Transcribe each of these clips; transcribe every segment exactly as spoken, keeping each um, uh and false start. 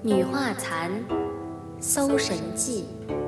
女画残，搜神记。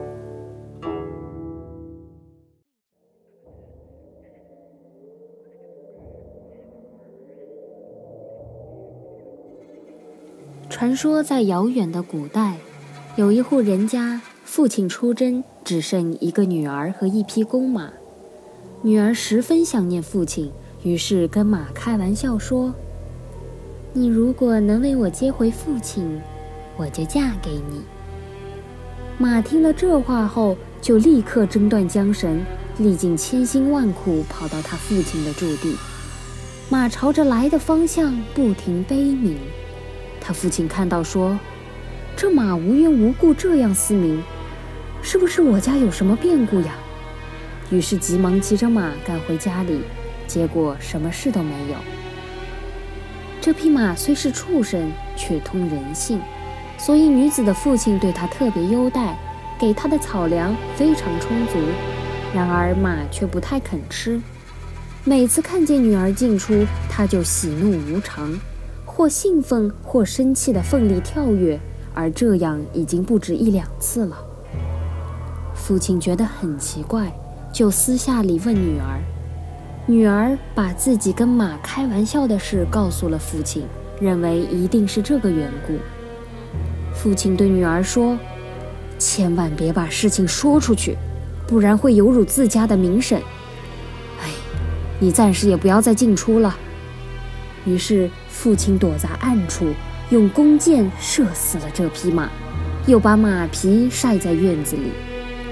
传说在遥远的古代，有一户人家，父亲出征，只剩一个女儿和一匹公马。女儿十分想念父亲，于是跟马开玩笑说：“你如果能为我接回父亲，我就嫁给你。”马听了这话后，就立刻挣断缰绳，历尽千辛万苦跑到他父亲的驻地。马朝着来的方向不停悲鸣。他父亲看到说：“这马无缘无故这样嘶鸣，是不是我家有什么变故呀？”于是急忙骑着马赶回家里，结果什么事都没有。这匹马虽是畜生，却通人性，所以女子的父亲对她特别优待，给她的草粮非常充足。然而马却不太肯吃，每次看见女儿进出，他就喜怒无常，或兴奋或生气地奋力跳跃，而这样已经不止一两次了。父亲觉得很奇怪，就私下里问女儿。女儿把自己跟马开玩笑的事告诉了父亲，认为一定是这个缘故。父亲对女儿说：“千万别把事情说出去，不然会有辱自家的名声。哎，你暂时也不要再进出了。”于是父亲躲在暗处，用弓箭射死了这匹马，又把马皮晒在院子里。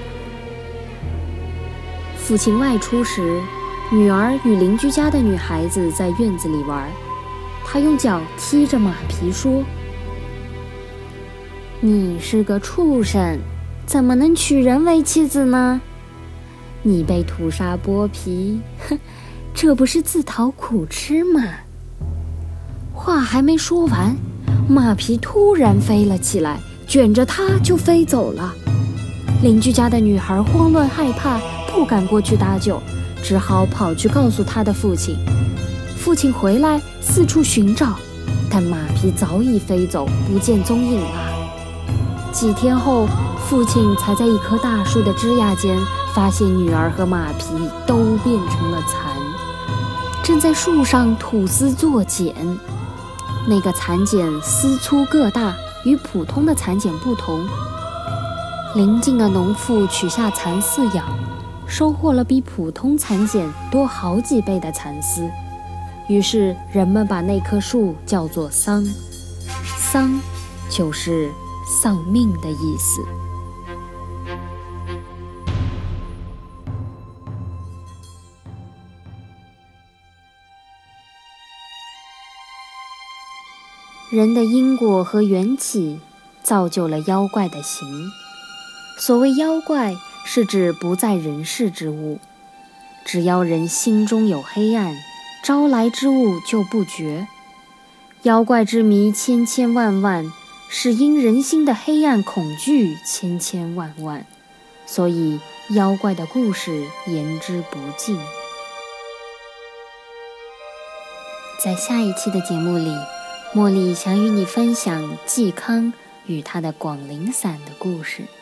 父亲外出时，女儿与邻居家的女孩子在院子里玩，她用脚踢着马皮说：“你是个畜生，怎么能娶人为妻子呢？你被屠杀剥皮，哼，这不是自讨苦吃吗？”话还没说完，马皮突然飞了起来，卷着她就飞走了。邻居家的女孩慌乱害怕，不敢过去搭救，只好跑去告诉他的父亲。父亲回来四处寻找，但马皮早已飞走，不见踪影了。几天后，父亲才在一棵大树的枝桠间发现女儿和马皮都变成了蚕，正在树上吐丝作茧。那个蚕茧丝粗个大，与普通的蚕茧不同。邻近的农妇取下蚕饲养，收获了比普通蚕茧多好几倍的蚕丝。于是人们把那棵树叫做桑，桑就是丧命的意思。人的因果和缘起造就了妖怪的形。所谓妖怪，是指不在人世之物。只要人心中有黑暗，招来之物就不绝。妖怪之谜千千万万，是因人心的黑暗恐惧千千万万，所以妖怪的故事言之不尽。在下一期的节目里，茉莉想与你分享嵇康与他的广陵散的故事。